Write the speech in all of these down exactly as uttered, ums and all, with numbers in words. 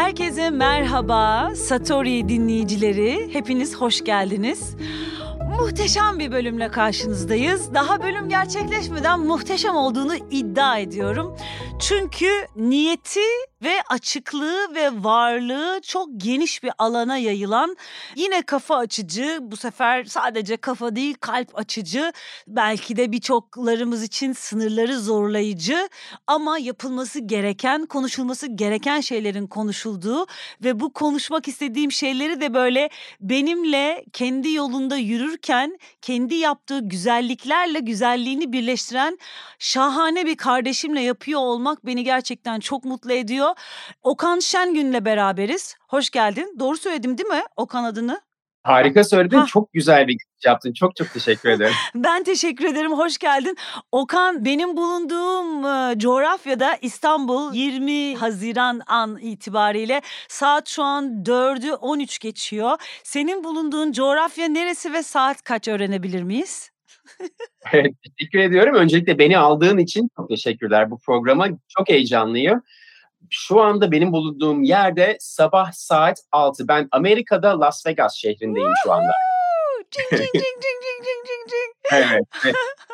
Herkese merhaba, Satori dinleyicileri. Hepiniz hoş geldiniz. Muhteşem bir bölümle karşınızdayız. Daha bölüm gerçekleşmeden muhteşem olduğunu iddia ediyorum. Çünkü niyeti ve açıklığı ve varlığı çok geniş bir alana yayılan, yine kafa açıcı, bu sefer sadece kafa değil kalp açıcı, belki de birçoklarımız için sınırları zorlayıcı ama yapılması gereken, konuşulması gereken şeylerin konuşulduğu ve bu konuşmak istediğim şeyleri de böyle benimle kendi yolunda yürürken kendi yaptığı güzelliklerle güzelliğini birleştiren şahane bir kardeşimle yapıyor olmak beni gerçekten çok mutlu ediyor. Okan Şengün'le beraberiz. Hoş geldin. Doğru söyledim değil mi Okan adını? Harika söyledin. Ha. Çok güzel bir giriş yaptın. Çok çok teşekkür ederim. Ben teşekkür ederim. Hoş geldin. Okan, benim bulunduğum e, coğrafyada İstanbul, yirmi Haziran an itibariyle saat şu an dördü on üç geçiyor. Senin bulunduğun coğrafya neresi ve saat kaç, öğrenebilir miyiz? Evet, teşekkür ediyorum. Öncelikle beni aldığın için çok teşekkürler. Bu programa çok heyecanlıyım. Şu anda benim bulunduğum yerde sabah saat altı. Ben Amerika'da Las Vegas şehrindeyim şu anda. Cing cing cing cing cing cing cing cing. Evet. evet.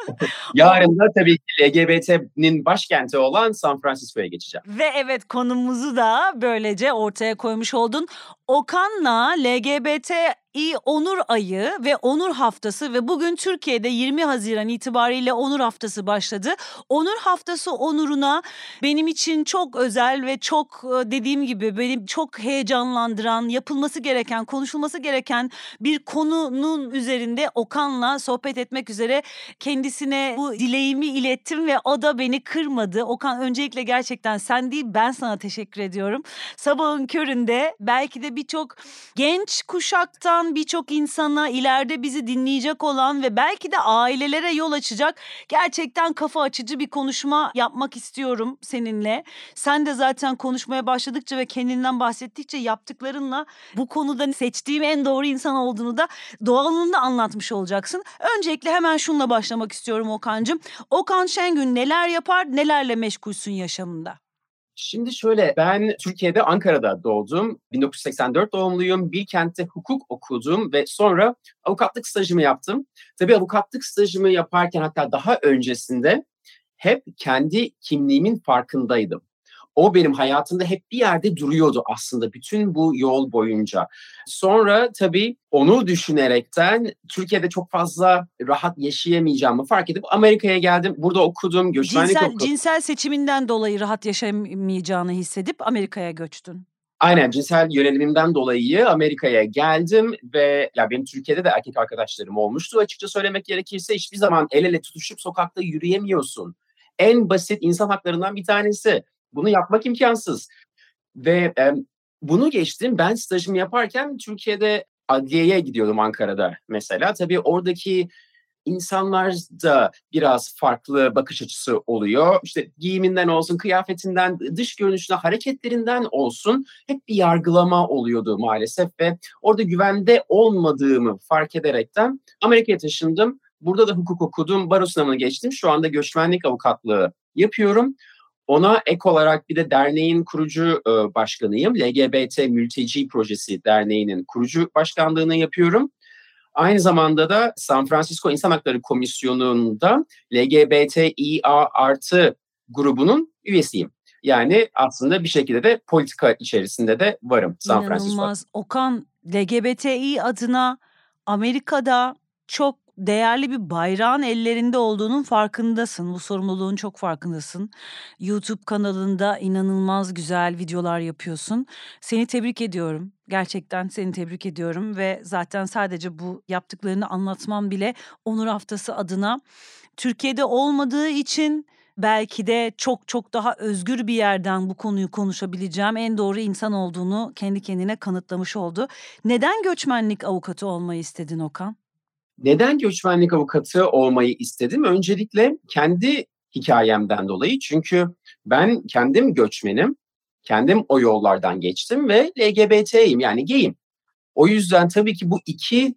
Yarın da tabii ki L G B T'nin başkenti olan San Francisco'ya geçeceğim. Ve evet, konumuzu da böylece ortaya koymuş oldun. Okan'la L G B T İ Onur Ayı ve Onur Haftası ve bugün Türkiye'de yirmi Haziran itibariyle Onur Haftası başladı. Onur Haftası onuruna benim için çok özel ve çok, dediğim gibi, beni çok heyecanlandıran, yapılması gereken, konuşulması gereken bir konunun üzerinde Okan'la sohbet etmek üzere kendisine bu dileğimi ilettim ve o da beni kırmadı. Okan, öncelikle gerçekten sen değil ben sana teşekkür ediyorum. Sabahın köründe belki de birçok genç kuşaktan birçok insana, ileride bizi dinleyecek olan ve belki de ailelere yol açacak gerçekten kafa açıcı bir konuşma yapmak istiyorum seninle. Sen de zaten konuşmaya başladıkça ve kendinden bahsettikçe yaptıklarınla bu konuda seçtiğim en doğru insan olduğunu da doğalında anlatmış olacaksın. Öncelikle hemen şununla başlamak istiyorum Okan'cığım. Okan Şengün neler yapar, nelerle meşgulsün yaşamında? Şimdi şöyle, ben Türkiye'de Ankara'da doğdum. bin dokuz yüz seksen dört doğumluyum. Bilkent'te hukuk okudum ve sonra avukatlık stajımı yaptım. Tabii avukatlık stajımı yaparken, hatta daha öncesinde hep kendi kimliğimin farkındaydım. O benim hayatımda hep bir yerde duruyordu aslında bütün bu yol boyunca. Sonra tabii onu düşünerekten Türkiye'de çok fazla rahat yaşayamayacağımı fark edip Amerika'ya geldim. Burada okudum, göçmenlik Cinsel, okudum. cinsel seçiminden dolayı rahat yaşayamayacağını hissedip Amerika'ya göçtün. Aynen, cinsel yönelimimden dolayı Amerika'ya geldim ve ya benim Türkiye'de de erkek arkadaşlarım olmuştu. Açıkça söylemek gerekirse hiçbir zaman el ele tutuşup sokakta yürüyemiyorsun. En basit insan haklarından bir tanesi. Bunu yapmak imkansız. Ve e, bunu geçtim. Ben stajımı yaparken Türkiye'de adliyeye gidiyordum, Ankara'da mesela. Tabii oradaki İnsanlar da biraz farklı bakış açısı oluyor. İşte giyiminden olsun, kıyafetinden, dış görünüşüne, hareketlerinden olsun hep bir yargılama oluyordu maalesef ve orada güvende olmadığımı fark ederekten Amerika'ya taşındım. Burada da hukuk okudum, baro sınavını geçtim. Şu anda göçmenlik avukatlığı yapıyorum. Ona ek olarak bir de derneğin kurucu e, başkanıyım. L G B T Mülteci Projesi Derneği'nin kurucu başkanlığını yapıyorum. Aynı zamanda da San Francisco İnsan Hakları Komisyonu'nda L G B T İ A artı grubunun üyesiyim. Yani aslında bir şekilde de politika içerisinde de varım San Francisco'da. İnanılmaz. Okan, L G B T İ adına Amerika'da çok değerli bir bayrağın ellerinde olduğunun farkındasın. Bu sorumluluğun çok farkındasın. YouTube kanalında inanılmaz güzel videolar yapıyorsun. Seni tebrik ediyorum. Gerçekten seni tebrik ediyorum ve zaten sadece bu yaptıklarını anlatmam bile Onur Haftası adına Türkiye'de olmadığı için belki de çok çok daha özgür bir yerden bu konuyu konuşabileceğim en doğru insan olduğunu kendi kendine kanıtlamış oldu. Neden göçmenlik avukatı olmayı istedin Okan? Neden göçmenlik avukatı olmayı istedim? Öncelikle kendi hikayemden dolayı. Çünkü ben kendim göçmenim. Kendim o yollardan geçtim ve L G B T'yim, yani gayim. O yüzden tabii ki bu iki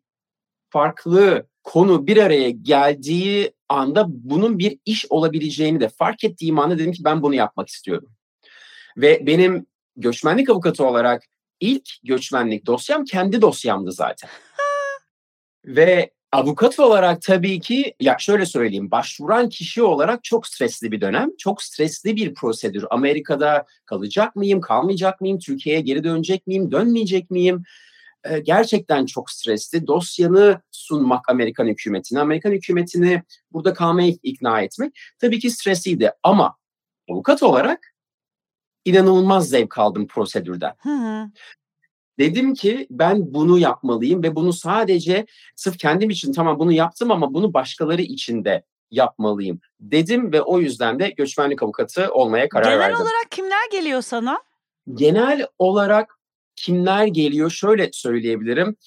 farklı konu bir araya geldiği anda bunun bir iş olabileceğini de fark ettiğim anda dedim ki ben bunu yapmak istiyorum. Ve benim göçmenlik avukatı olarak ilk göçmenlik dosyam kendi dosyamdı zaten. Ve avukat olarak tabii ki, ya şöyle söyleyeyim, başvuran kişi olarak çok stresli bir dönem, çok stresli bir prosedür. Amerika'da kalacak mıyım, kalmayacak mıyım, Türkiye'ye geri dönecek miyim, dönmeyecek miyim? Ee, gerçekten çok stresli. Dosyanı sunmak Amerikan hükümetine, Amerikan hükümetini burada kalmaya ikna etmek tabii ki stresliydi. Ama avukat olarak inanılmaz zevk aldım prosedürden. Hı hı. Dedim ki ben bunu yapmalıyım ve bunu sadece sırf kendim için, tamam bunu yaptım ama bunu başkaları için de yapmalıyım dedim ve o yüzden de göçmenlik avukatı olmaya karar Genel verdim. olarak kimler geliyor sana? Genel olarak kimler geliyor? Şöyle söyleyebilirim.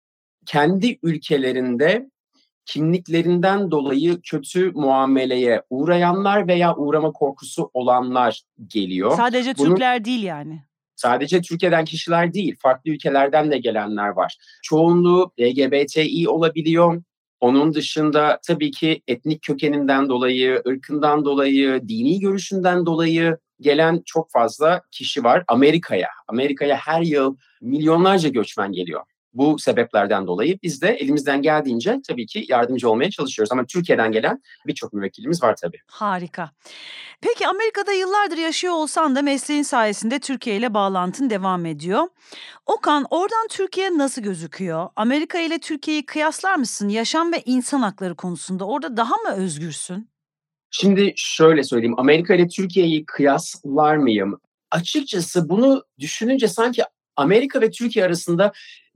Kendi ülkelerinde kimliklerinden dolayı kötü muameleye uğrayanlar veya uğrama korkusu olanlar geliyor. Sadece Bunun Türkler değil yani. Sadece Türkiye'den kişiler değil, farklı ülkelerden de gelenler var. Çoğunluğu L G B T İ olabiliyor. Onun dışında tabii ki etnik kökeninden dolayı, ırkından dolayı, dini görüşünden dolayı gelen çok fazla kişi var Amerika'ya. Amerika'ya her yıl milyonlarca göçmen geliyor. Bu sebeplerden dolayı biz de elimizden geldiğince tabii ki yardımcı olmaya çalışıyoruz. Ama Türkiye'den gelen birçok müvekkilimiz var tabii. Harika. Peki Amerika'da yıllardır yaşıyor olsan da mesleğin sayesinde Türkiye ile bağlantın devam ediyor. Okan, oradan Türkiye nasıl gözüküyor? Amerika ile Türkiye'yi kıyaslar mısın? Yaşam ve insan hakları konusunda orada daha mı özgürsün? Şimdi şöyle söyleyeyim, Amerika ile Türkiye'yi kıyaslar mıyım? Açıkçası bunu düşününce sanki Amerika ve Türkiye arasında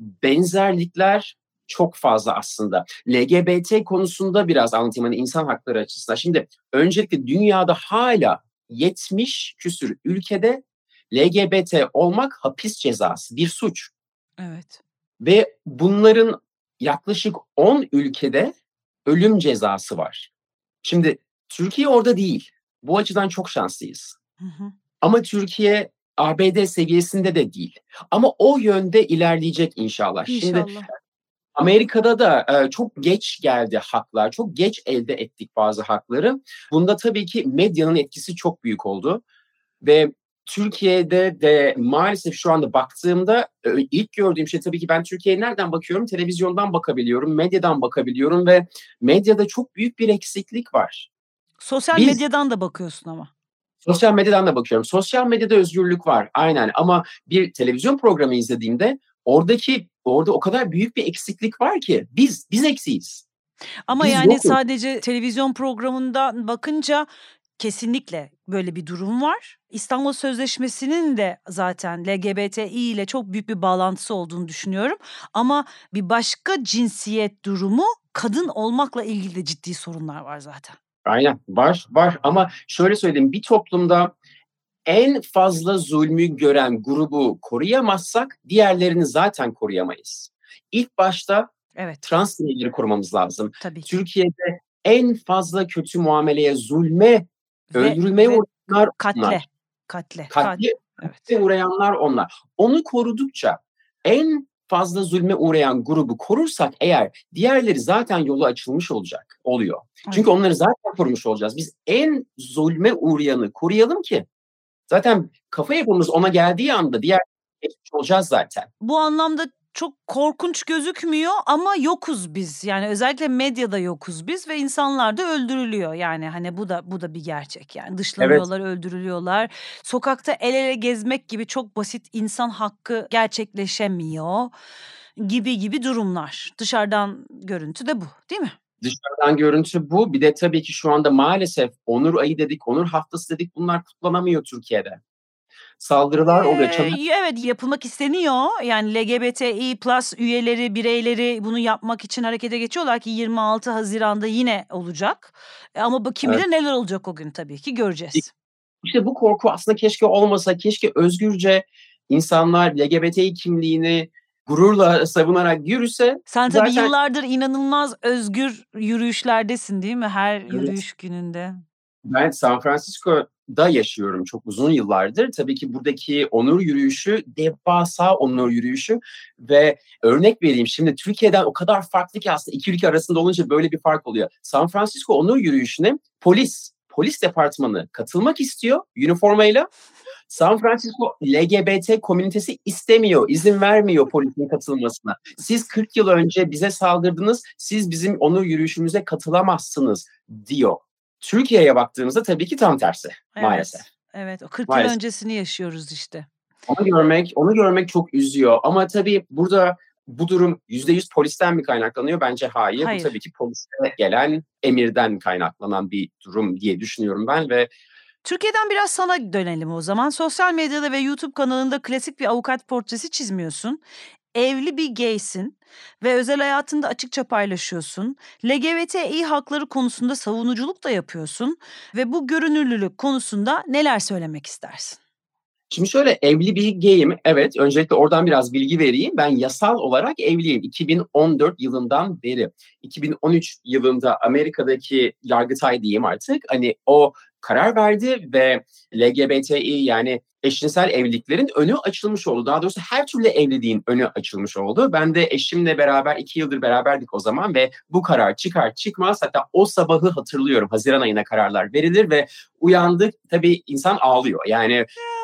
benzerlikler çok fazla aslında. L G B T konusunda biraz anlatayım, hani insan hakları açısından. Şimdi öncelikle dünyada hala yetmiş küsür ülkede L G B T olmak hapis cezası, bir suç. Evet. Ve bunların yaklaşık on ülkede ölüm cezası var. Şimdi Türkiye orada değil. Bu açıdan çok şanslıyız. Hı hı. Ama Türkiye A B D seviyesinde de değil. Ama o yönde ilerleyecek inşallah. Şimdi İnşallah. Amerika'da da e, çok geç geldi haklar. Çok geç elde ettik bazı hakları. Bunda tabii ki medyanın etkisi çok büyük oldu. Ve Türkiye'de de maalesef şu anda baktığımda e, ilk gördüğüm şey, tabii ki ben Türkiye'ye nereden bakıyorum? Televizyondan bakabiliyorum, medyadan bakabiliyorum ve medyada çok büyük bir eksiklik var. Sosyal Biz medyadan da bakıyorsun ama. Sosyal medyadan da bakıyorum. Sosyal medyada özgürlük var, aynen, ama bir televizyon programı izlediğimde oradaki orada o kadar büyük bir eksiklik var ki biz biz eksiyiz. Ama Biz yani yokuz. sadece televizyon programından bakınca kesinlikle böyle bir durum var. İstanbul Sözleşmesi'nin de zaten L G B T İ ile çok büyük bir bağlantısı olduğunu düşünüyorum. Ama bir başka cinsiyet durumu, kadın olmakla ilgili de ciddi sorunlar var zaten. Aynen, var var ama şöyle söyleyeyim, bir toplumda en fazla zulmü gören grubu koruyamazsak diğerlerini zaten koruyamayız. İlk başta Evet, trans bireyleri korumamız lazım. tabii ki. Türkiye'de en fazla kötü muameleye, zulme, Ve öldürülmeye ve uğrayanlar katle, onlar. katle, kat Katli evet. katle uğrayanlar onlar. Onu korudukça, en fazla zulme uğrayan grubu korursak eğer, diğerleri zaten yolu açılmış olacak, oluyor. Çünkü Evet. onları zaten korumuş olacağız. Biz en zulme uğrayanı koruyalım ki zaten kafa yapımız ona geldiği anda diğer geçmiş olacağız zaten. Bu anlamda çok korkunç gözükmüyor ama yokuz biz. Yani özellikle medyada yokuz biz ve insanlar da öldürülüyor. Yani hani bu da bu da bir gerçek. Yani Evet. dışlanıyorlar, öldürülüyorlar. Sokakta el ele gezmek gibi çok basit insan hakkı gerçekleşemiyor gibi gibi durumlar. Dışarıdan görüntü de bu, değil mi? Dışarıdan görüntü bu. Bir de tabii ki şu anda maalesef onur ayı dedik, onur haftası dedik, bunlar kutlanamıyor Türkiye'de. Saldırılar oluyor. Çana Eee, evet, yapılmak isteniyor. Yani L G B T İ plus üyeleri, bireyleri bunu yapmak için harekete geçiyorlar ki yirmi altı Haziran'da yine olacak. E, ama bu kim Evet. bilir neler olacak o gün, tabii ki göreceğiz. İşte bu korku aslında keşke olmasa, keşke özgürce insanlar L G B T İ kimliğini gururla savunarak yürüse Sen tabii zaten. yıllardır inanılmaz özgür yürüyüşlerdesin, değil mi? Her Evet. yürüyüş gününde. Ben San Francisco'da yaşıyorum çok uzun yıllardır. Tabii ki buradaki onur yürüyüşü devasa onur yürüyüşü ve örnek vereyim, şimdi Türkiye'den o kadar farklı ki aslında iki ülke arasında olunca böyle bir fark oluyor. San Francisco onur yürüyüşüne polis, polis departmanı katılmak istiyor üniformayla. San Francisco L G B T komünitesi istemiyor, izin vermiyor polisin katılmasına. Siz kırk yıl önce bize saldırdınız, siz bizim onur yürüyüşümüze katılamazsınız diyor. Türkiye'ye baktığımızda tabii ki tam tersi maalesef. Evet, evet. O kırk yıl Maalesef. öncesini yaşıyoruz işte. Onu görmek, onu görmek çok üzüyor. Ama tabii burada bu durum yüzde yüz polisten mi kaynaklanıyor? Bence hayır. Hayır. Bu tabii ki polise gelen emirden kaynaklanan bir durum diye düşünüyorum ben ve Türkiye'den biraz sana dönelim o zaman. Sosyal medyada ve YouTube kanalında klasik bir avukat portresi çizmiyorsun. Evli bir gaysin ve özel hayatında açıkça paylaşıyorsun. L G B T İ hakları konusunda savunuculuk da yapıyorsun ve bu görünürlülük konusunda neler söylemek istersin? Şimdi şöyle, evli bir gayim. Evet, öncelikle oradan biraz bilgi vereyim. Ben yasal olarak evliyim iki bin on dört yılından beri. iki bin on üç yılında Amerika'daki Yargıtay diyeyim artık. Hani o karar verdi ve L G B T İ yani eşcinsel evliliklerin önü açılmış oldu. Daha doğrusu her türlü evliliğin önü açılmış oldu. Ben de eşimle beraber iki yıldır beraberdik o zaman ve bu karar çıkar çıkmaz, hatta o sabahı hatırlıyorum. Haziran ayına kararlar verilir ve uyandık. Tabii insan ağlıyor. Yani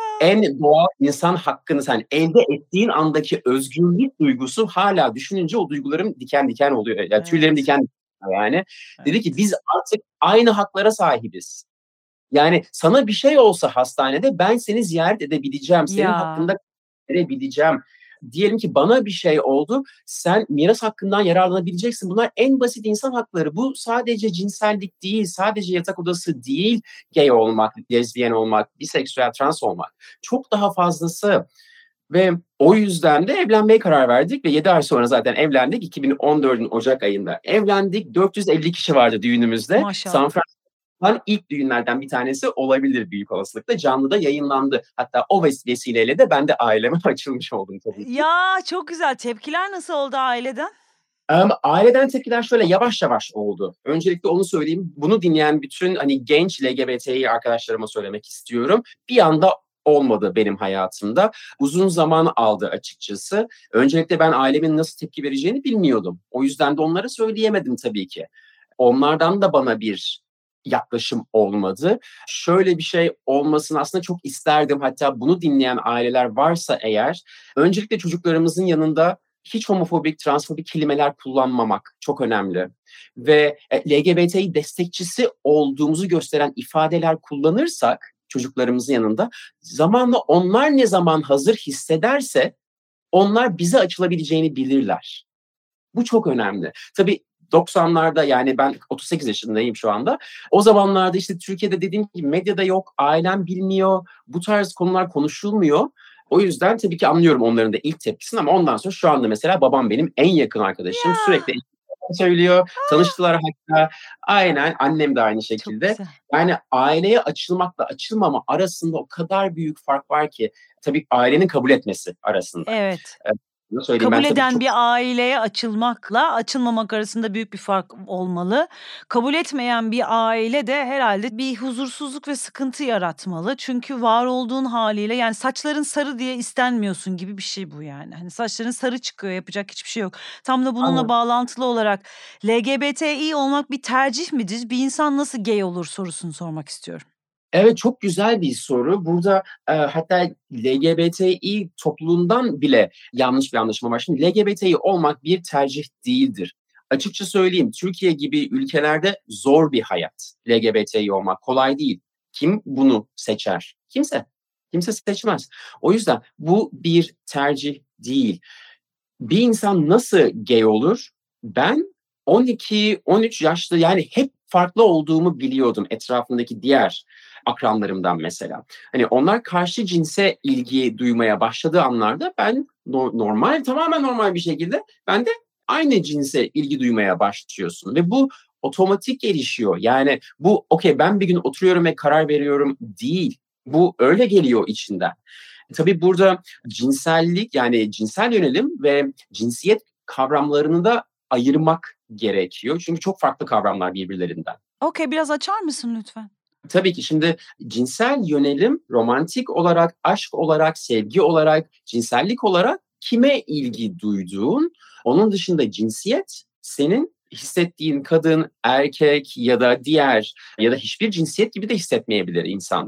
en doğal insan hakkını sen elde ettiğin andaki özgürlük duygusu hala düşününce o duygularım diken diken oluyor. Yani Evet. tüylerim diken diken yani. Evet. Dedi ki biz artık aynı haklara sahibiz. Yani sana bir şey olsa hastanede ben seni ziyaret edebileceğim. Senin Ya. hakkında verebileceğim. Diyelim ki bana bir şey oldu. Sen miras hakkından yararlanabileceksin. Bunlar en basit insan hakları. Bu sadece cinsellik değil, sadece yatak odası değil. Gay olmak, lezbiyen olmak, biseksüel, trans olmak. Çok daha fazlası. Ve o yüzden de evlenmeye karar verdik ve yedi ay sonra zaten evlendik. iki bin on dördün Ocak ayında evlendik. dört yüz elli kişi vardı düğünümüzde. Maşallah. San Francisco'dan ilk düğünlerden bir tanesi olabilir büyük olasılıkla. Canlıda yayınlandı. Hatta o ves- vesileyle de ben de aileme açılmış oldum tabii ki. Ya çok güzel. Tepkiler nasıl oldu aileden? Um, aileden tepkiler şöyle yavaş yavaş oldu. Öncelikle onu söyleyeyim. Bunu dinleyen bütün hani genç L G B T İ arkadaşlarıma söylemek istiyorum. Bir anda olmadı benim hayatımda. Uzun zaman aldı açıkçası. Öncelikle ben ailemin nasıl tepki vereceğini bilmiyordum. O yüzden de onlara söyleyemedim tabii ki. Onlardan da bana bir yaklaşım olmadı. Şöyle bir şey olmasını aslında çok isterdim. Hatta bunu dinleyen aileler varsa eğer, öncelikle çocuklarımızın yanında hiç homofobik, transfobik kelimeler kullanmamak çok önemli. Ve L G B T İ destekçisi olduğumuzu gösteren ifadeler kullanırsak çocuklarımızın yanında, zamanla onlar ne zaman hazır hissederse onlar bize açılabileceğini bilirler. Bu çok önemli. Tabii doksanlarda, yani ben otuz sekiz yaşındayım şu anda. O zamanlarda işte Türkiye'de dediğim gibi medyada yok, ailem bilmiyor, bu tarz konular konuşulmuyor. O yüzden tabii ki anlıyorum onların da ilk tepkisini ama ondan sonra şu anda mesela babam benim en yakın arkadaşım. Ya. Sürekli söylüyor. Tanıştılar hatta. Aynen, annem de aynı Çok şekilde. güzel. Yani aileye açılmakla açılmama arasında o kadar büyük fark var ki. Tabii ailenin kabul etmesi arasında. Evet. Eee, bunu söyleyeyim ben Kabul tabii eden çok bir aileye açılmakla açılmamak arasında büyük bir fark olmalı. Kabul etmeyen bir aile de herhalde bir huzursuzluk ve sıkıntı yaratmalı. Çünkü var olduğun haliyle, yani saçların sarı diye istenmiyorsun gibi bir şey bu yani. Hani saçların sarı çıkıyor, yapacak hiçbir şey yok. Tam da bununla Aynen. bağlantılı olarak L G B T İ olmak bir tercih midir? Bir insan nasıl gay olur sorusunu sormak istiyorum. Evet, çok güzel bir soru. Burada, eee, hatta L G B T İ topluluğundan bile yanlış bir anlaşılma var. Şimdi L G B T İ olmak bir tercih değildir. Açıkça söyleyeyim, Türkiye gibi ülkelerde zor bir hayat. L G B T İ olmak kolay değil. Kim bunu seçer? Kimse. Kimse seçmez. O yüzden bu bir tercih değil. Bir insan nasıl gay olur? Ben on iki on üç yaşta, yani hep farklı olduğumu biliyordum etrafımdaki diğer akranlarımdan mesela. Hani onlar karşı cinse ilgi duymaya başladığı anlarda ben no- normal, tamamen normal bir şekilde ben de aynı cinse ilgi duymaya başlıyorsun ve bu otomatik gelişiyor. Yani bu okey, ben bir gün oturuyorum ve karar veriyorum değil. Bu öyle geliyor içinden. Tabii burada cinsellik, yani cinsel yönelim ve cinsiyet kavramlarını da ayırmak gerekiyor. Çünkü çok farklı kavramlar birbirlerinden. Okay, biraz açar mısın lütfen? Tabii ki şimdi cinsel yönelim romantik olarak, aşk olarak, sevgi olarak, cinsellik olarak kime ilgi duyduğun. Onun dışında cinsiyet senin hissettiğin kadın, erkek ya da diğer ya da hiçbir cinsiyet gibi de hissetmeyebilir insanlar.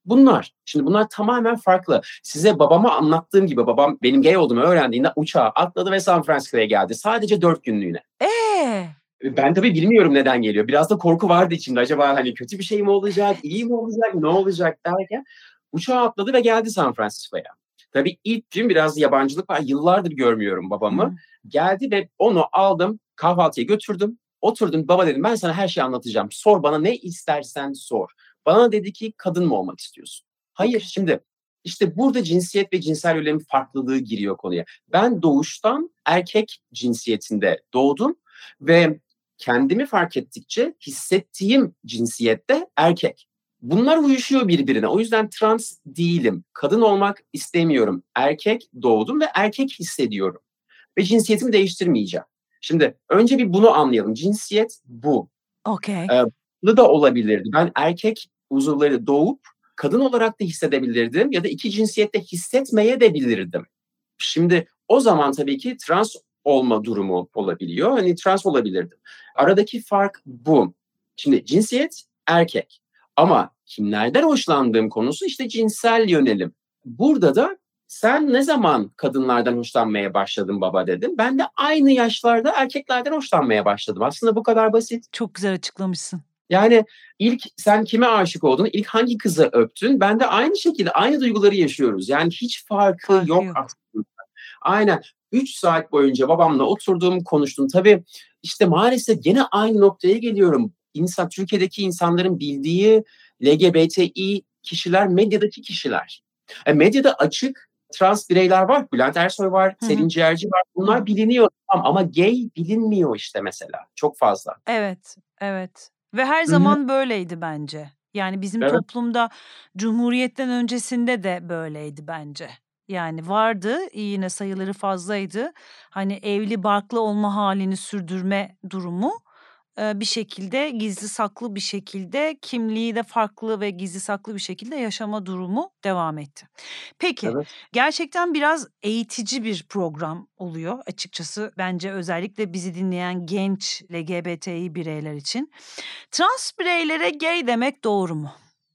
Bunlar. Şimdi bunlar tamamen farklı. Size babama anlattığım gibi babam benim gay olduğumu öğrendiğinde uçağa atladı ve San Francisco'ya geldi. Sadece dört günlüğüne. Ee? Ben tabii bilmiyorum neden geliyor. Biraz da korku vardı içimde. Acaba hani kötü bir şey mi olacak, iyi mi olacak, ne olacak derken uçağa atladı ve geldi San Francisco'ya. Tabii ilk gün biraz yabancılık var. Yıllardır görmüyorum babamı. Hmm. Geldi ve onu aldım, kahvaltıya götürdüm. Oturdum, baba dedim ben sana her şeyi anlatacağım. Sor bana ne istersen sor. Bana dedi ki kadın mı olmak istiyorsun? Hayır, Okay. şimdi işte burada cinsiyet ve cinsel yönelim farklılığı giriyor konuya. Ben doğuştan erkek cinsiyetinde doğdum ve kendimi fark ettikçe hissettiğim cinsiyette erkek. Bunlar uyuşuyor birbirine. O yüzden trans değilim. Kadın olmak istemiyorum. Erkek doğdum ve erkek hissediyorum. Ve cinsiyetimi değiştirmeyeceğim. Şimdi önce bir bunu anlayalım. Cinsiyet bu. Okay. Ee, bu da olabilirdi. Ben erkek uzuvları doğup kadın olarak da hissedebilirdim ya da iki cinsiyette hissetmeye de bilirdim. Şimdi o zaman tabii ki trans olma durumu olabiliyor. Hani trans olabilirdim. Aradaki fark bu. Şimdi cinsiyet erkek. Ama kimlerden hoşlandığım konusu işte cinsel yönelim. Burada da sen ne zaman kadınlardan hoşlanmaya başladın baba dedim. Ben de aynı yaşlarda erkeklerden hoşlanmaya başladım. Aslında bu kadar basit. Çok güzel açıklamışsın. Yani ilk sen kime aşık oldun? İlk hangi kızı öptün? Ben de aynı şekilde aynı duyguları yaşıyoruz. Yani hiç farkı, Farkı yok, yok. aslında. Aynen. Üç saat boyunca babamla oturdum, konuştum. Tabii işte maalesef gene aynı noktaya geliyorum. İnsan, Türkiye'deki insanların bildiği L G B T İ kişiler medyadaki kişiler. E, medyada açık trans bireyler var. Bülent Ersoy var, Hı hı. Selin Ciğerci var. Bunlar Hı hı. biliniyor tamam, ama gay bilinmiyor işte mesela. Çok fazla. Evet, evet. Ve her Hı hı. zaman böyleydi bence. Yani bizim Evet. toplumda Cumhuriyet'ten öncesinde de böyleydi bence. Yani vardı, yine sayıları fazlaydı. Hani evli barklı olma halini sürdürme durumu e, bir şekilde gizli saklı bir şekilde kimliği de farklı ve gizli saklı bir şekilde yaşama durumu devam etti. Peki Evet. gerçekten biraz eğitici bir program oluyor açıkçası bence özellikle bizi dinleyen genç L G B T İ bireyler için. Trans bireylere gay demek doğru mu?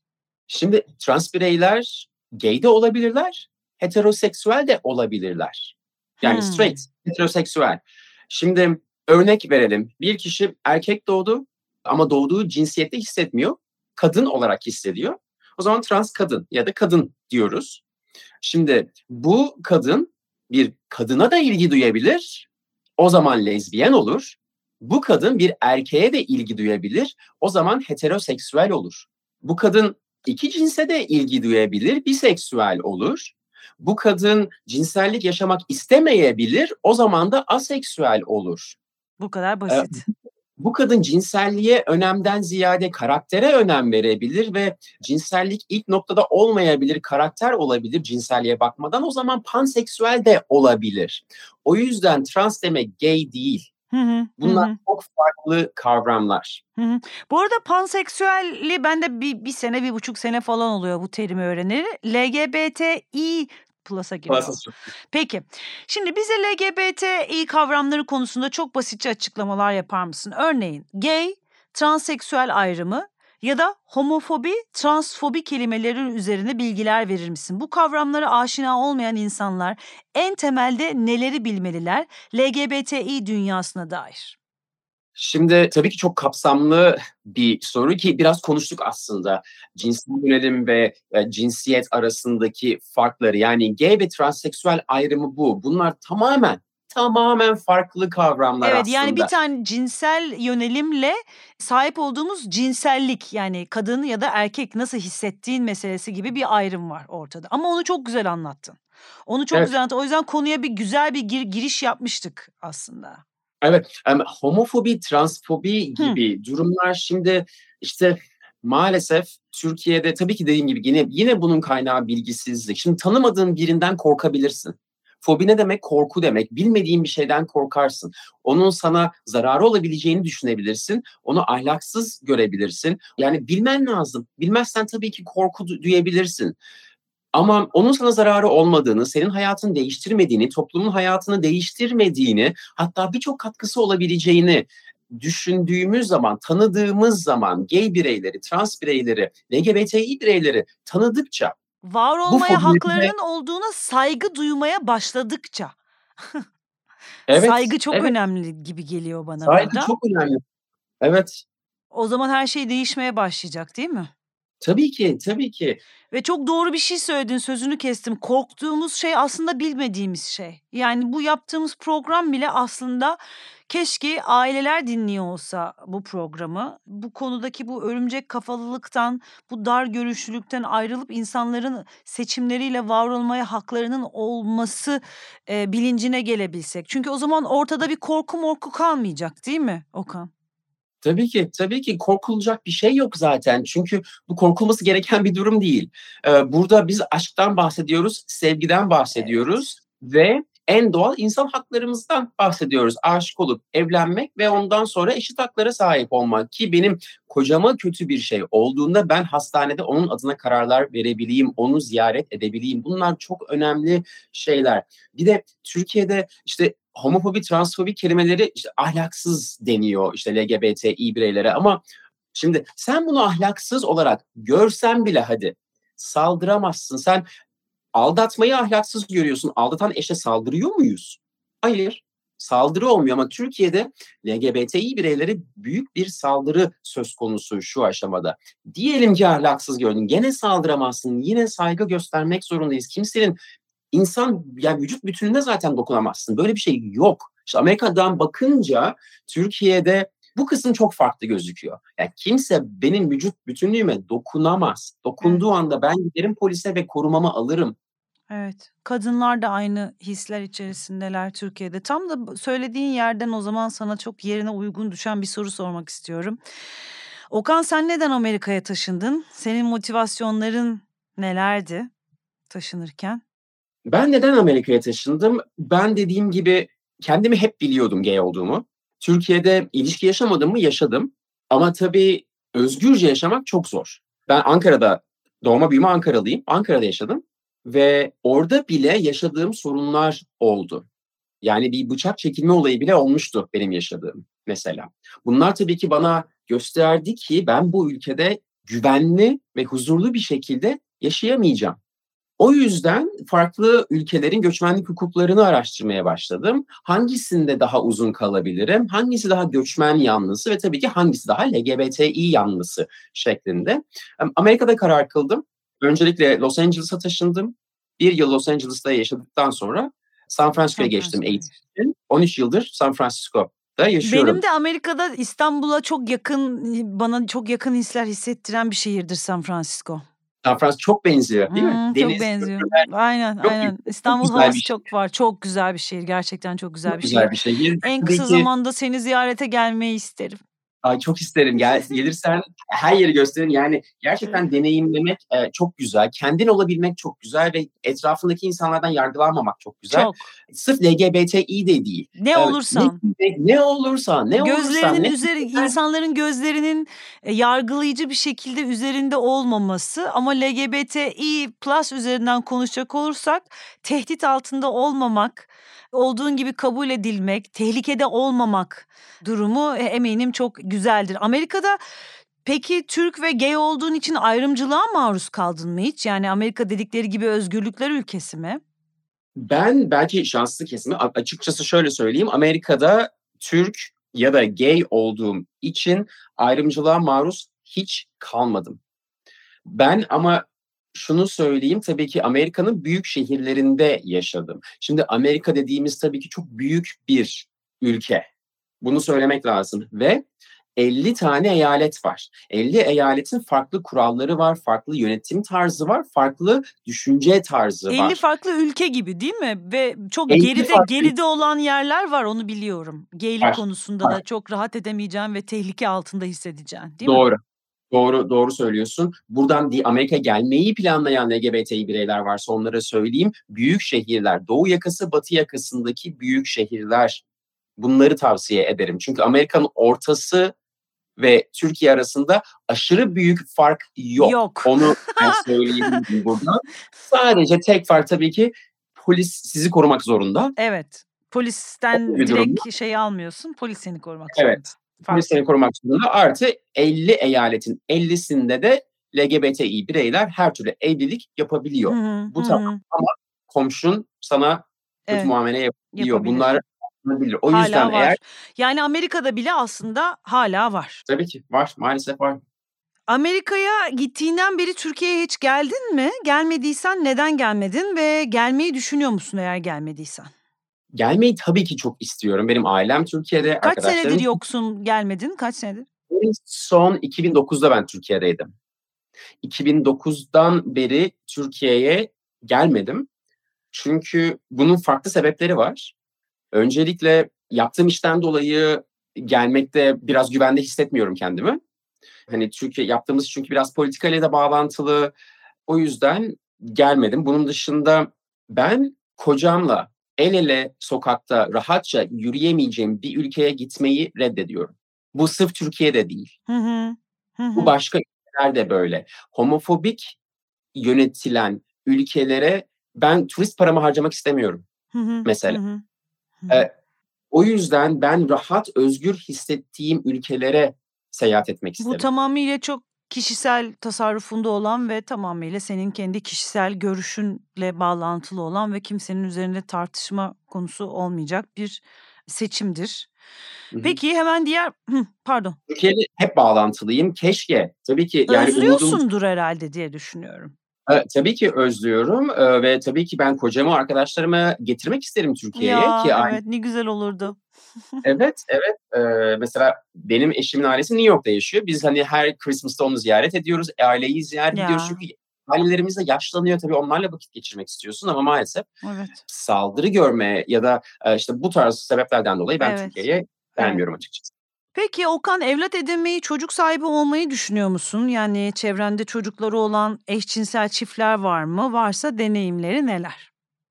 Şimdi trans bireyler gay de olabilirler, heteroseksüel de olabilirler. Yani straight, Hmm. heteroseksüel. Şimdi örnek verelim. Bir kişi erkek doğdu ama doğduğu cinsiyette hissetmiyor. Kadın olarak hissediyor. O zaman trans kadın ya da kadın diyoruz. Şimdi bu kadın bir kadına da ilgi duyabilir. O zaman lezbiyen olur. Bu kadın bir erkeğe de ilgi duyabilir. O zaman heteroseksüel olur. Bu kadın iki cinse de ilgi duyabilir, biseksüel olur. Bu kadın cinsellik yaşamak istemeyebilir, o zaman da aseksüel olur. Bu kadar Ee, basit. bu kadın cinselliğe önemden ziyade karaktere önem verebilir ve cinsellik ilk noktada olmayabilir, karakter olabilir cinselliğe bakmadan. O zaman panseksüel de olabilir. O yüzden trans demek gay değil. Hı hı, hı Bunlar hı. çok farklı kavramlar. Hı hı. Bu arada panseksüelli ben de bir, bir sene, bir buçuk sene falan oluyor bu terimi öğreneli. L G B T İ plus'a giriyor. Nasıl? Peki, şimdi bize L G B T İ kavramları konusunda çok basitçe açıklamalar yapar mısın? Örneğin gay, transseksüel ayrımı ya da homofobi, transfobi kelimeleri üzerine bilgiler verir misin? Bu kavramlara aşina olmayan insanlar en temelde neleri bilmeliler L G B T İ dünyasına dair? Şimdi tabii ki çok kapsamlı bir soru ki biraz konuştuk aslında. Cinsel yönelim ve e, cinsiyet arasındaki farkları, yani gay ve transseksüel ayrımı bu. Bunlar tamamen tamamen farklı kavramlar Evet, yani bir aslında. tane cinsel yönelimle sahip olduğumuz cinsellik, yani kadın ya da erkek nasıl hissettiğin meselesi gibi bir ayrım var ortada. Ama onu çok güzel anlattın. Onu çok Evet. güzel anlattın. O yüzden konuya bir güzel bir gir- giriş yapmıştık aslında. Evet, em, homofobi, transfobi Hı. gibi durumlar şimdi işte maalesef Türkiye'de tabii ki dediğim gibi yine yine bunun kaynağı bilgisizlik. Şimdi tanımadığın birinden korkabilirsin. Fobi ne demek? Korku demek. Bilmediğin bir şeyden korkarsın. Onun sana zararı olabileceğini düşünebilirsin. Onu ahlaksız görebilirsin. Yani bilmen lazım. Bilmezsen tabii ki korku du- duyabilirsin. Ama onun sana zararı olmadığını, senin hayatını değiştirmediğini, toplumun hayatını değiştirmediğini, hatta birçok katkısı olabileceğini düşündüğümüz zaman, tanıdığımız zaman gay bireyleri, trans bireyleri, L G B T İ bireyleri tanıdıkça Var bu olmaya fobilerine haklarının olduğuna saygı duymaya başladıkça. Evet, Saygı çok evet. önemli gibi geliyor bana Saygı burada. çok önemli. Evet. O zaman her şey değişmeye başlayacak, değil mi? Tabii ki, tabii ki. Ve çok doğru bir şey söyledin, sözünü kestim. Korktuğumuz şey aslında bilmediğimiz şey. Yani bu yaptığımız program bile aslında keşke aileler dinliyor olsa bu programı. Bu konudaki bu örümcek kafalılıktan, bu dar görüşlülükten ayrılıp insanların seçimleriyle var olmaya haklarının olması e, bilincine gelebilsek. Çünkü o zaman ortada bir korku morku kalmayacak, değil mi Okan? Tabii ki, tabii ki korkulacak bir şey yok zaten. Çünkü bu korkulması gereken bir durum değil. Eee, burada biz aşktan bahsediyoruz, sevgiden Evet. bahsediyoruz ve en doğal insan haklarımızdan bahsediyoruz. Aşık olup evlenmek ve ondan sonra eşit haklara sahip olmak ki benim kocama kötü bir şey olduğunda ben hastanede onun adına kararlar verebileyim, onu ziyaret edebileyim. Bunlar çok önemli şeyler. Bir de Türkiye'de işte homofobi, transfobi kelimeleri işte ahlaksız deniyor işte L G B T İ bireylere ama şimdi sen bunu ahlaksız olarak görsen bile hadi saldıramazsın. Sen aldatmayı ahlaksız görüyorsun. Aldatan eşe saldırıyor muyuz? Hayır. Saldırı olmuyor ama Türkiye'de L G B T İ bireylere büyük bir saldırı söz konusu şu aşamada. Diyelim ki ahlaksız gördün. Gene saldıramazsın. Yine saygı göstermek zorundayız. Kimsenin İnsan yani vücut bütününe zaten dokunamazsın. Böyle bir şey yok. İşte Amerika'dan bakınca Türkiye'de bu kısım çok farklı gözüküyor. Yani kimse benim vücut bütünlüğüme dokunamaz. Evet. Dokunduğu anda ben giderim polise ve korumamı alırım. Evet. Kadınlar da aynı hisler içerisindeler Türkiye'de. Tam da bu söylediğin yerden o zaman sana çok yerine uygun düşen bir soru sormak istiyorum. Okan, sen neden Amerika'ya taşındın? Senin motivasyonların nelerdi taşınırken? Ben neden Amerika'ya taşındım? Ben dediğim gibi kendimi hep biliyordum gay olduğumu. Türkiye'de ilişki yaşamadım mı? Yaşadım. Ama tabii özgürce yaşamak çok zor. Ben Ankara'da doğma büyüme Ankaralıyım. Ankara'da yaşadım ve orada bile yaşadığım sorunlar oldu. Yani bir bıçak çekilme olayı bile olmuştu benim yaşadığım mesela. Bunlar tabii ki bana gösterdi ki ben bu ülkede güvenli ve huzurlu bir şekilde yaşayamayacağım. O yüzden farklı ülkelerin göçmenlik hukuklarını araştırmaya başladım. Hangisinde daha uzun kalabilirim? Hangisi daha göçmen yanlısı ve tabii ki hangisi daha L G B T İ yanlısı şeklinde. Amerika'da karar kıldım. Öncelikle Los Angeles'a taşındım. Bir yıl Los Angeles'ta yaşadıktan sonra San Francisco'ya San geçtim Francisco'ya eğitim geçtin. için. on üç yıldır San Francisco'da yaşıyorum. Benim de Amerika'da İstanbul'a çok yakın, bana çok yakın hisler hissettiren bir şehirdir San Francisco. San Francisco çok benziyor, değil mi? Hımm, çok Deniz, benziyor. köprüler Aynen, çok aynen. yüksek, çok İstanbul güzel bir havası şehir. çok var. Çok güzel bir şehir. Gerçekten çok güzel Çok bir şehir. güzel bir şehir. En Tabii kısa ki zamanda seni ziyarete gelmeyi isterim. Ay, çok isterim. Gel gelirsen her yeri gösteririm. Yani gerçekten deneyimlemek, eee, çok güzel. Kendin olabilmek çok güzel ve etrafındaki insanlardan yargılanmamak çok güzel. Çok. Sırf L G B T İ de değil. Ne Eee, ne olursan. ne olursa, ne olursan, Gözlerinin ne üzeri insanların gözlerinin, eee, yargılayıcı bir şekilde üzerinde olmaması ama L G B T İ plus üzerinden konuşacak olursak tehdit altında olmamak, olduğun gibi kabul edilmek, tehlikede olmamak durumu, e eminim çok güzeldir. Amerika'da peki Türk ve gay olduğun için ayrımcılığa maruz kaldın mı hiç? Yani Amerika dedikleri gibi özgürlükler ülkesi mi? Ben belki şanslı kesimi a açıkçası şöyle söyleyeyim, Amerika'da Türk ya da gay olduğum için ayrımcılığa maruz hiç kalmadım. Ben ama şunu söyleyeyim, tabii ki Amerika'nın büyük şehirlerinde yaşadım. Şimdi Amerika dediğimiz tabii ki çok büyük bir ülke. Bunu söylemek lazım ve elli tane eyalet var. elli eyaletin farklı kuralları var, farklı yönetim tarzı var, farklı düşünce tarzı elli var. farklı ülke gibi değil mi? Ve çok elli geride farklı ülke geride olan yerler var, onu biliyorum. Gay'lik var, konusunda var. da çok rahat edemeyeceğin ve tehlike altında hissedeceğin, değil mi? Doğru. Doğru, doğru söylüyorsun. Buradan di Amerika'ya gelmeyi planlayan L G B T İ bireyler varsa onlara söyleyeyim. Büyük şehirler, doğu yakası, batı yakasındaki büyük şehirler, bunları tavsiye ederim. Çünkü Amerika'nın ortası ve Türkiye arasında aşırı büyük fark yok. Yok. Onu ben söyleyebilirim buradan. Sadece tek fark tabii ki polis sizi korumak zorunda. Evet. Öyle Polisten bir durum var. direkt şey almıyorsun, polis seni korumak Evet. zorunda. Farklı. Polislerin korumak zorunda. Artı elli eyaletin ellisinde de L G B T İ bireyler her türlü evlilik Hı yapabiliyor. hı. Bu Hı tamam hı. ama komşun sana kötü Evet, muamele yapabiliyor. Bunlar yapabilir. yapılabilir. O yüzden Hâlâ eğer var. Yani Amerika'da bile aslında hâlâ var. Tabii ki var. Maalesef var. Amerika'ya gittiğinden beri Türkiye'ye hiç geldin mi? Gelmediysen neden gelmedin ve gelmeyi düşünüyor musun eğer gelmediysen? Gelmeyi tabii ki çok istiyorum. Benim ailem Türkiye'de, Kaç senedir arkadaşlarım yoksun, gelmedin? Kaç senedir? En son iki bin dokuzda ben Türkiye'deydim. iki bin dokuzdan beri Türkiye'ye gelmedim. Çünkü bunun farklı sebepleri var. Öncelikle yaptığım işten dolayı gelmekte biraz güvende hissetmiyorum kendimi. Hani Türkiye yaptığımız iş çünkü biraz politikayla da bağlantılı. O yüzden gelmedim. Bunun dışında ben kocamla el ele sokakta rahatça yürüyemeyeceğim bir ülkeye gitmeyi reddediyorum. Bu sırf Türkiye'de değil. Hı hı. Hı Bu hı. başka ülkelerde böyle. Homofobik yönetilen ülkelere ben turist paramı harcamak istemiyorum Hı hı. Hı mesela. hı. Hı hı. Eee, o yüzden ben rahat, özgür hissettiğim ülkelere seyahat etmek Bu isterim. tamamıyla çok kişisel tasarrufunda olan ve tamamıyla senin kendi kişisel görüşünle bağlantılı olan ve kimsenin üzerinde tartışma konusu olmayacak bir seçimdir. Hı hı. Peki hemen diğer Hıh, pardon. Türkiye'yle hep bağlantılıyım. Keşke, tabii ki yani umudum Özlüyorsundur herhâlde diye düşünüyorum. Eee, tabii ki özlüyorum, eee, ve tabii ki ben kocamı, arkadaşlarımı getirmek isterim Türkiye'ye Ya, ki aile evet, ne güzel olurdu. Evet, evet. Eee, mesela benim eşimin ailesi New York'ta yaşıyor. Biz, hani, her Christmas'ta onu ziyaret ediyoruz. E, aileyi ziyaret ediyoruz Ya, çünkü ailelerimiz de yaşlanıyor. Tabii onlarla vakit geçirmek istiyorsun ama maalesef evet, saldırı görme ya da, eee, işte, bu tarz sebeplerden dolayı ben evet, Türkiye'ye evet. gelmiyorum açıkçası. Peki Okan, evlat edinmeyi, çocuk sahibi olmayı düşünüyor musun? Yani çevrende çocukları olan eşcinsel çiftler var mı? Varsa deneyimleri neler?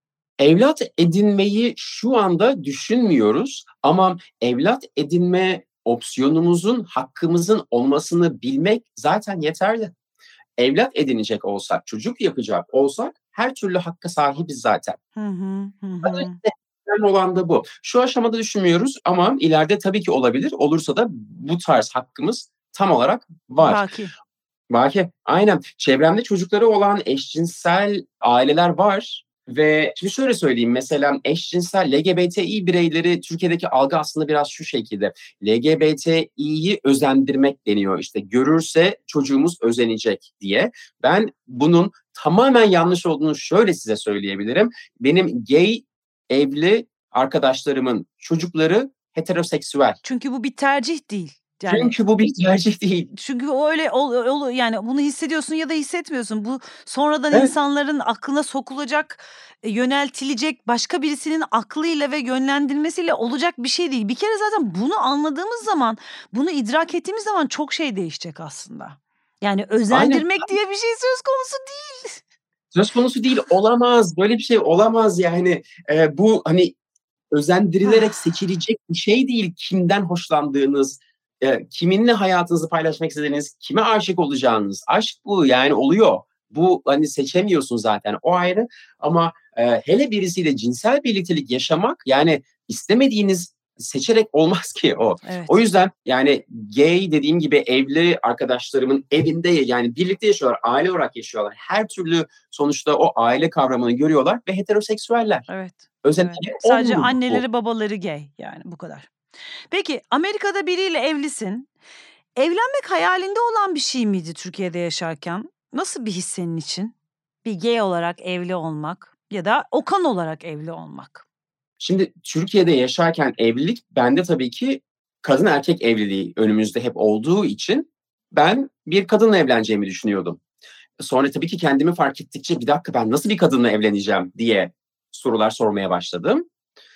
Evlat edinmeyi şu anda düşünmüyoruz ama evlat edinme opsiyonumuzun, hakkımızın olmasını bilmek zaten yeterli. Evlat edinecek olsak, çocuk yapacak olsak her türlü hakka sahibiz zaten. Hı hı. Hı Bence hı. önemli olan da bu. Şu aşamada düşünmüyoruz ama ileride tabii ki olabilir. Olursa da bu tarz hakkımız tam olarak var. Baki. Belki. Aynen. Çevremde çocukları olan eşcinsel aileler var ve şimdi şöyle söyleyeyim, mesela eşcinsel L G B T İ bireyleri Türkiye'deki algı aslında biraz şu şekilde, L G B T İ'yi özendirmek deniyor. İşte görürse çocuğumuz özenecek diye. Ben bunun tamamen yanlış olduğunu şöyle size söyleyebilirim. Benim gay evli arkadaşlarımın çocukları heteroseksüel. Çünkü bu bir tercih değil. Yani Çünkü bu bir tercih değil. çünkü o öyle ol olu yani bunu hissediyorsun ya da hissetmiyorsun. Bu sonradan Evet. insanların aklına sokulacak, eee, yöneltilecek, başka birisinin aklıyla ve yönlendirmesiyle olacak bir şey değil. Bir kere zaten bunu anladığımız zaman, bunu idrak ettiğimiz zaman çok şey değişecek aslında. Yani Aynen. özendirmek diye bir şey söz konusu değil. Söz konusu değil, olamaz. Böyle bir şey olamaz yani. Eee, bu, hani, özendirilerek seçilecek bir şey değil. Kimden hoşlandığınız, eee, kiminle hayatınızı paylaşmak istediğiniz, kime aşık olacağınız. Aşk bu, yani oluyor. Bu, hani, seçemiyorsun zaten, o ayrı ama, eee, hele birisiyle cinsel birliktelik yaşamak, yani, istemediğiniz seçerek olmaz ki o. O Evet, yüzden, yani, gay dediğim gibi evli arkadaşlarımın evinde, yani, birlikte yaşıyorlar, aile olarak yaşıyorlar. Her türlü sonuçta o aile kavramını görüyorlar ve heteroseksüeller. evet, evet. Özenerek Sadece olur bu. anneleri babaları gay yani bu kadar. Peki Amerika'da biriyle evlisin. Evlenmek hayalinde olan bir şey miydi Türkiye'de yaşarken? Nasıl bir his senin için? Bir gay olarak evli olmak ya da Okan olarak evli olmak. Şimdi Türkiye'de yaşarken evlilik bende tabii ki kadın erkek evliliği önümüzde hep olduğu için ben bir kadınla evleneceğimi düşünüyordum. Sonra tabii ki kendimi fark ettikçe bir dakika ben nasıl bir kadınla evleneceğim diye sorular sormaya başladım.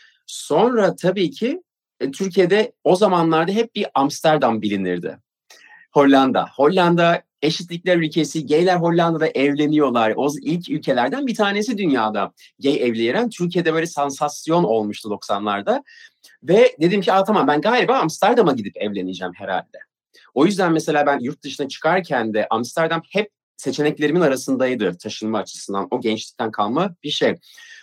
Sonra tabii ki, eee, Türkiye'de o zamanlarda hep bir Amsterdam bilinirdi. Hollanda. Hollanda eşitlikler ülkesi. Gayler Hollanda'da evleniyorlar. O ilk ülkelerden bir tanesi dünyada gay evleyen. Türkiye'de böyle sansasyon olmuştu doksanlarda ve dedim ki, "A, tamam ben galiba Amsterdam'a gidip evleneceğim herhâlde." O yüzden mesela ben yurt dışına çıkarken de Amsterdam hep seçeneklerimin arasındaydı taşınma açısından. O gençlikten kalma bir şey.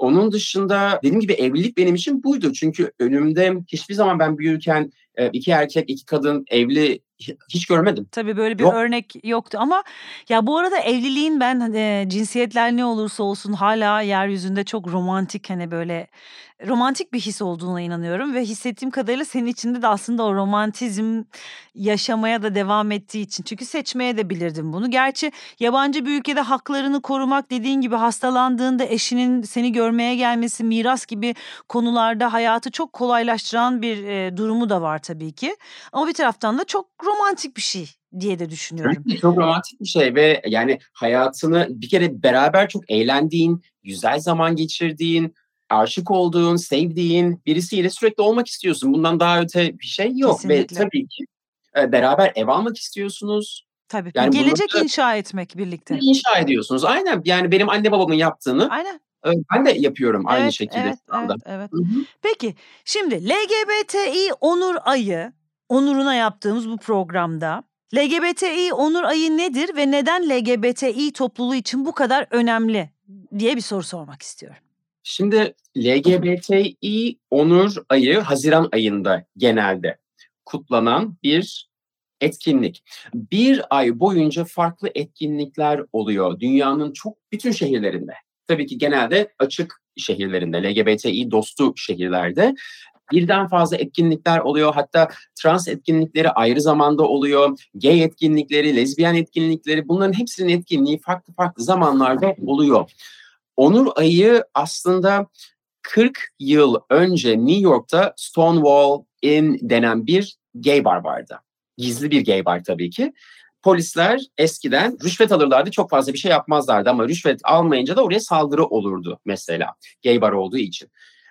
Onun dışında dediğim gibi evlilik benim için buydu. Çünkü önümde hiçbir zaman ben büyürken e, iki erkek, iki kadın evli hiç görmedim. Tabii böyle bir Yok. örnek yoktu ama ya bu arada evliliğin ben e, cinsiyetler ne olursa olsun hala yeryüzünde çok romantik hani böyle romantik bir his olduğuna inanıyorum ve hissettiğim kadarıyla senin içinde de aslında o romantizm yaşamaya da devam ettiği için. Çünkü seçmeye de bilirdim bunu. Gerçi yabancı bir ülkede haklarını korumak dediğin gibi hastalandığında eşinin seni görmeye gelmesi, miras gibi konularda hayatı çok kolaylaştıran bir e, durumu da var tabii ki. Ama bir taraftan da çok romantik bir şey diye de düşünüyorum. Tabii ki çok romantik bir şey ve yani hayatını bir kere beraber çok eğlendiğin, güzel zaman geçirdiğin, aşık olduğun, sevdiğin birisiyle sürekli olmak istiyorsun. Bundan daha öte bir şey yok ve Kesinlikle. tabii ki e, beraber ev almak istiyorsunuz. Tabii. Bir Yani gelecek bunları inşa etmek birlikte. inşa ediyorsunuz. Aynen yani benim anne babamın yaptığını Aynen. e, ben de yapıyorum aynı Evet, şekilde evet, şu anda. evet, evet. Hı hı. Peki, şimdi L G B T İ Onur Ayı, onuruna yaptığımız bu programda L G B T İ Onur Ayı nedir ve neden L G B T İ topluluğu için bu kadar önemli diye bir soru sormak istiyorum. Şimdi L G B T İ Onur Ayı Haziran ayında genelde kutlanan bir etkinlik. Bir ay boyunca farklı etkinlikler oluyor dünyanın çok bütün şehirlerinde. Tabii ki genelde açık şehirlerinde, L G B T İ dostu şehirlerde birden fazla etkinlikler oluyor. Hatta trans etkinlikleri ayrı zamanda oluyor. Gay etkinlikleri, lezbiyen etkinlikleri bunların hepsinin etkinliği farklı farklı zamanlarda oluyor. Onur Ayı aslında kırk yıl önce New York'ta Stonewall Inn denen bir gay bar vardı. Gizli bir gay bar tabii ki. Polisler eskiden rüşvet alırlardı, çok fazla bir şey yapmazlardı ama rüşvet almayınca da oraya saldırı olurdu mesela gay bar olduğu için.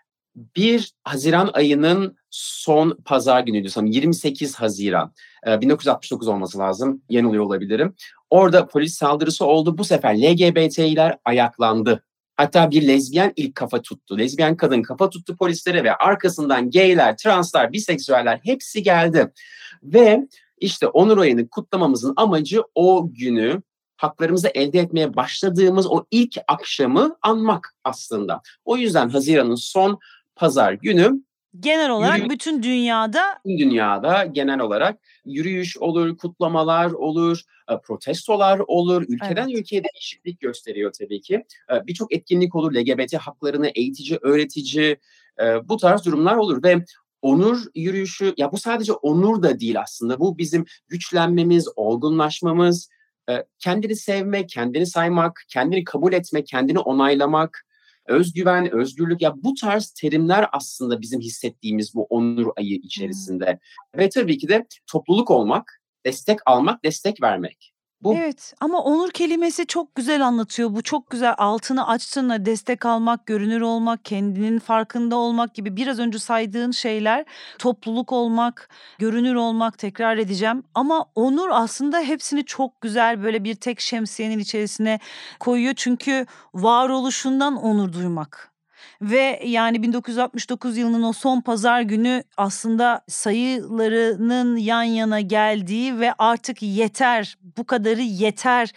bir Haziran ayının son pazar günüydü sanırım yirmi sekiz Haziran bin dokuz yüz altmış dokuz olması lazım, yanılıyor olabilirim. Orada polis saldırısı oldu. Bu sefer L G B T'ler ayaklandı. Hatta bir lezbiyen ilk kafa tuttu. Lezbiyen kadın kafa tuttu polislere ve arkasından gayler, translar, biseksüeller hepsi geldi. Ve işte Onur Ayı'nı kutlamamızın amacı o günü haklarımızı elde etmeye başladığımız o ilk akşamı anmak aslında. O yüzden Haziran'ın son pazar günü Genel olarak yürüyüş, bütün dünyada dünyada genel olarak yürüyüş olur, kutlamalar olur, protestolar olur. Ülkeden evet. ülkeye değişiklik gösteriyor tabii ki. Birçok etkinlik olur. L G B T haklarını eğitici, öğretici bu tarz durumlar olur ve onur yürüyüşü, ya bu sadece onur da değil aslında. Bu bizim güçlenmemiz, olgunlaşmamız, kendini sevmek, kendini saymak, kendini kabul etmek, kendini onaylamak, özgüven, özgürlük, ya bu tarz terimler aslında bizim hissettiğimiz bu Onur Ayı içerisinde. Hmm. Ve tabii ki de topluluk olmak, destek almak, destek vermek. Bu Evet ama onur kelimesi çok güzel anlatıyor. Bu çok güzel altını açtığında destek almak, görünür olmak, kendinin farkında olmak gibi biraz önce saydığın şeyler topluluk olmak, görünür olmak tekrar edeceğim. Ama onur aslında hepsini çok güzel böyle bir tek şemsiyenin içerisine koyuyor. Çünkü varoluşundan onur duymak. Ve yani bin dokuz yüz altmış dokuz yılının o son pazar günü aslında sayılarının yan yana geldiği ve artık yeter, bu kadarı yeter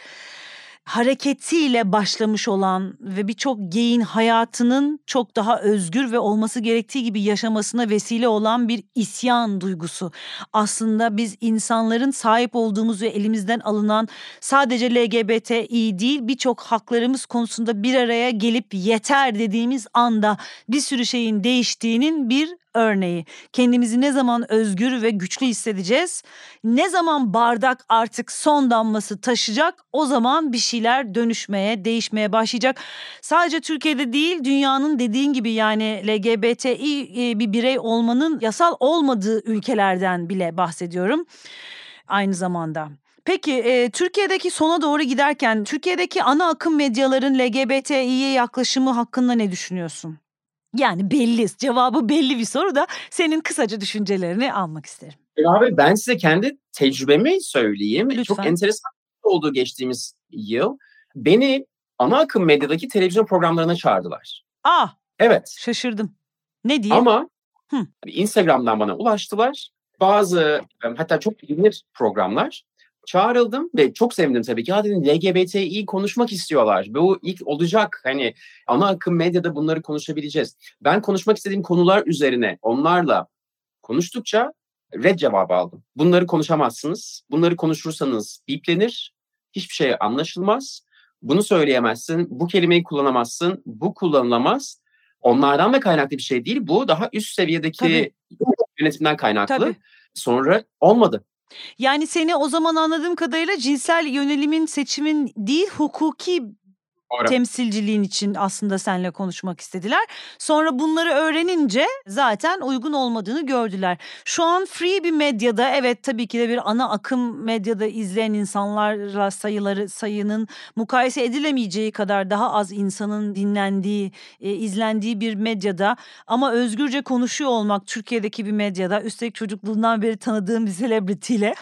hareketiyle başlamış olan ve birçok geyin hayatının çok daha özgür ve olması gerektiği gibi yaşamasına vesile olan bir isyan duygusu. Aslında biz insanların sahip olduğumuz ve elimizden alınan sadece L G B T İ değil birçok haklarımız konusunda bir araya gelip yeter dediğimiz anda bir sürü şeyin değiştiğinin bir örneği. Kendimizi ne zaman özgür ve güçlü hissedeceğiz? Ne zaman bardak artık son damlası taşıyacak? O zaman bir şeyler dönüşmeye, değişmeye başlayacak. Sadece Türkiye'de değil, dünyanın dediğin gibi yani L G B T İ bir birey olmanın yasal olmadığı ülkelerden bile bahsediyorum aynı zamanda. Peki e, Türkiye'deki sona doğru giderken Türkiye'deki ana akım medyaların L G B T İ'ye yaklaşımı hakkında ne düşünüyorsun? Yani belli, cevabı belli bir soru da senin kısaca düşüncelerini almak isterim. Abi ben size kendi tecrübemi söyleyeyim. Lütfen. Çok enteresan oldu geçtiğimiz yıl. Beni ana akım medyadaki televizyon programlarına çağırdılar. Aa, evet. Şaşırdım. Ne diye? Ama Hı. Instagram'dan bana ulaştılar. Bazı hatta çok bilinir programlar Çağrıldım ve çok sevindim tabii ki. Ya dedim L G B T İ konuşmak istiyorlar. Bu ilk olacak. Hani ana akım medyada bunları konuşabileceğiz. Ben konuşmak istediğim konular üzerine onlarla konuştukça red cevabı aldım. Bunları konuşamazsınız. Bunları konuşursanız biplenir. Hiçbir şey anlaşılmaz. Bunu söyleyemezsin. Bu kelimeyi kullanamazsın. Bu kullanılamaz. Onlardan da kaynaklı bir şey değil. Bu daha üst seviyedeki Tabii. yönetimden kaynaklı. Tabii. Sonra olmadı. Yani seni o zaman anladığım kadarıyla cinsel yönelimin, seçimin değil, hukuki Doğru. temsilciliğin için aslında seninle konuşmak istediler. Sonra bunları öğrenince zaten uygun olmadığını gördüler. Şu an free bir medyada, evet tabii ki de bir ana akım medyada izleyen insanlarla sayıları sayının mukayese edilemeyeceği kadar daha az insanın dinlendiği, e, izlendiği bir medyada ama özgürce konuşuyor olmak Türkiye'deki bir medyada, üstelik çocukluğundan beri tanıdığım bir selebritiyle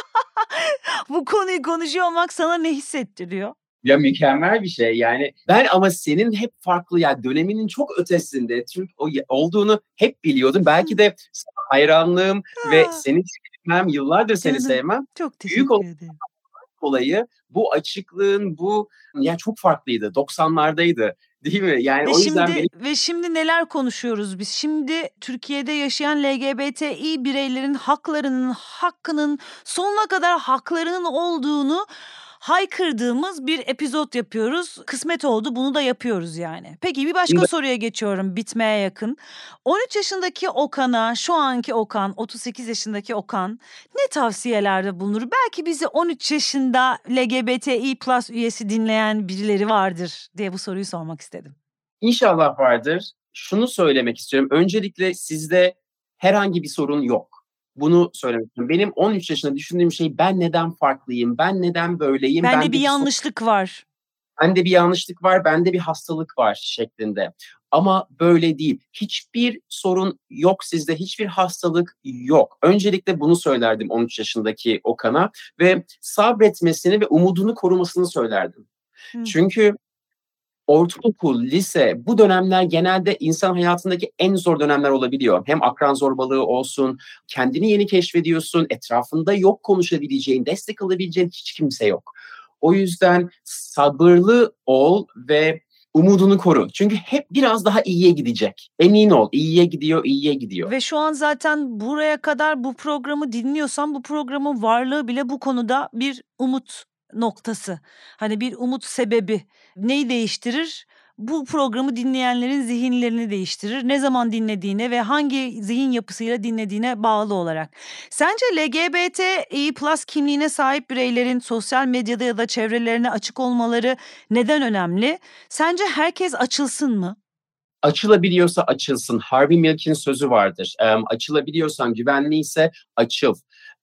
bu konuyu konuşuyor olmak sana ne hissettiriyor? Ya mükemmel bir şey yani. Ben ama senin hep farklı yani döneminin çok ötesinde Türk olduğunu hep biliyordum. Belki de sana hayranlığım ve seni sevmem, yıllardır seni Canım, sevmem çok büyük teşekkür ederim. olayı bu açıklığın bu ya çok farklıydı. doksanlardaydı. Değil mi? Yani Ve o yüzden şimdi benim ve şimdi neler konuşuyoruz biz? Şimdi Türkiye'de yaşayan L G B T İ bireylerin haklarının, hakkının, sonuna kadar haklarının olduğunu haykırdığımız bir epizod yapıyoruz. Kısmet oldu, bunu da yapıyoruz yani. Peki bir başka soruya geçiyorum, bitmeye yakın. on üç yaşındaki Okan'a, şu anki Okan, otuz sekiz yaşındaki Okan ne tavsiyelerde bulunur? Belki bizi on üç yaşında L G B T İ plus üyesi dinleyen birileri vardır diye bu soruyu sormak istedim. İnşallah vardır. Şunu söylemek istiyorum. Öncelikle sizde herhangi bir sorun yok. Bunu söylemek istiyorum. Benim on üç yaşında düşündüğüm şey ben neden farklıyım, ben neden böyleyim, Bende bende bir bir sorun, yanlışlık var. bende bir yanlışlık var, bende bir hastalık var şeklinde. Ama böyle değil. Hiçbir sorun yok sizde, hiçbir hastalık yok. Öncelikle bunu söylerdim on üç yaşındaki Okan'a ve sabretmesini ve umudunu korumasını söylerdim. Hı. Çünkü ortaokul, lise bu dönemler genelde insan hayatındaki en zor dönemler olabiliyor. Hem akran zorbalığı olsun, kendini yeni keşfediyorsun, etrafında yok konuşabileceğin, destek alabileceğin hiç kimse yok. O yüzden sabırlı ol ve umudunu koru. Çünkü hep biraz daha iyiye gidecek. Emin ol, iyiye gidiyor, iyiye gidiyor. Ve şu an zaten buraya kadar bu programı dinliyorsan bu programın varlığı bile bu konuda bir umut noktası. Hani bir umut sebebi. Neyi değiştirir? Bu programı dinleyenlerin zihinlerini değiştirir. Ne zaman dinlediğine ve hangi zihin yapısıyla dinlediğine bağlı olarak. Sence L G B T İ plus kimliğine sahip bireylerin sosyal medyada ya da çevrelerine açık olmaları neden önemli? Sence herkes açılsın mı? Açılabiliyorsa açılsın. Harvey Milk'in sözü vardır. Um, açılabiliyorsan, güvenliyse açıl.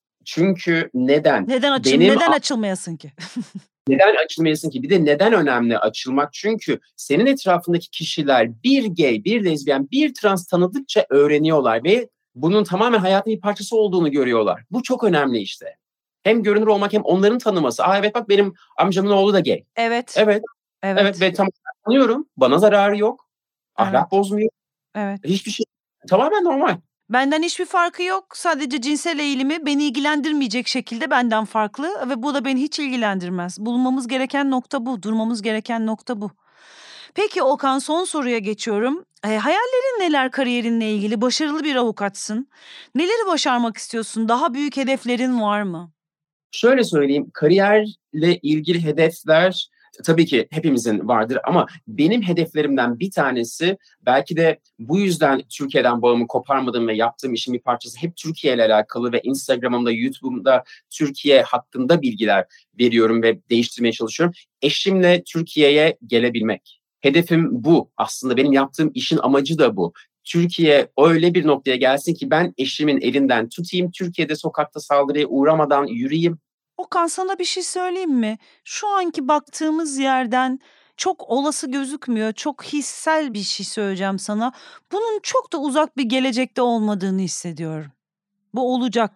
Çünkü neden? Neden açıl Benim neden açılmayasın ki? Neden açılmayasın ki? Bir de neden önemli açılmak? Çünkü senin etrafındaki kişiler bir gay, bir lezbiyen, bir trans tanıdıkça öğreniyorlar ve bunun tamamen hayatın bir parçası olduğunu görüyorlar. Bu çok önemli işte. Hem görünür olmak hem onların tanıması. Aa evet bak benim amcamın oğlu da gay. Evet. Evet. Evet. Evet ve tamam tanıyorum. Bana zararı yok. Ahlak Evet. bozmuyor. Evet. Hiçbir şey. Tamamen normal. Benden hiçbir farkı yok. Sadece cinsel eğilimi beni ilgilendirmeyecek şekilde benden farklı ve bu da beni hiç ilgilendirmez. Bulunmamız gereken nokta bu, durmamız gereken nokta bu. Peki Okan, son soruya geçiyorum. E, hayallerin neler kariyerinle ilgili? Başarılı bir avukatsın. Neleri başarmak istiyorsun? Daha büyük hedeflerin var mı? Şöyle söyleyeyim, kariyerle ilgili hedefler tabii ki hepimizin vardır ama benim hedeflerimden bir tanesi belki de bu yüzden Türkiye'den bağımı koparmadığım ve yaptığım işin bir parçası hep Türkiye ile alakalı ve Instagram'ımda, YouTube'umda Türkiye hakkında bilgiler veriyorum ve değiştirmeye çalışıyorum. Eşimle Türkiye'ye gelebilmek. Hedefim bu. Aslında benim yaptığım işin amacı da bu. Türkiye öyle bir noktaya gelsin ki ben eşimin elinden tutayım, Türkiye'de sokakta saldırıya uğramadan yürüyeyim. Okan, sana bir şey söyleyeyim mi? Şu anki baktığımız yerden çok olası gözükmüyor. Çok hissel bir şey söyleyeceğim sana. Bunun çok da uzak bir gelecekte olmadığını hissediyorum. Bu olacak.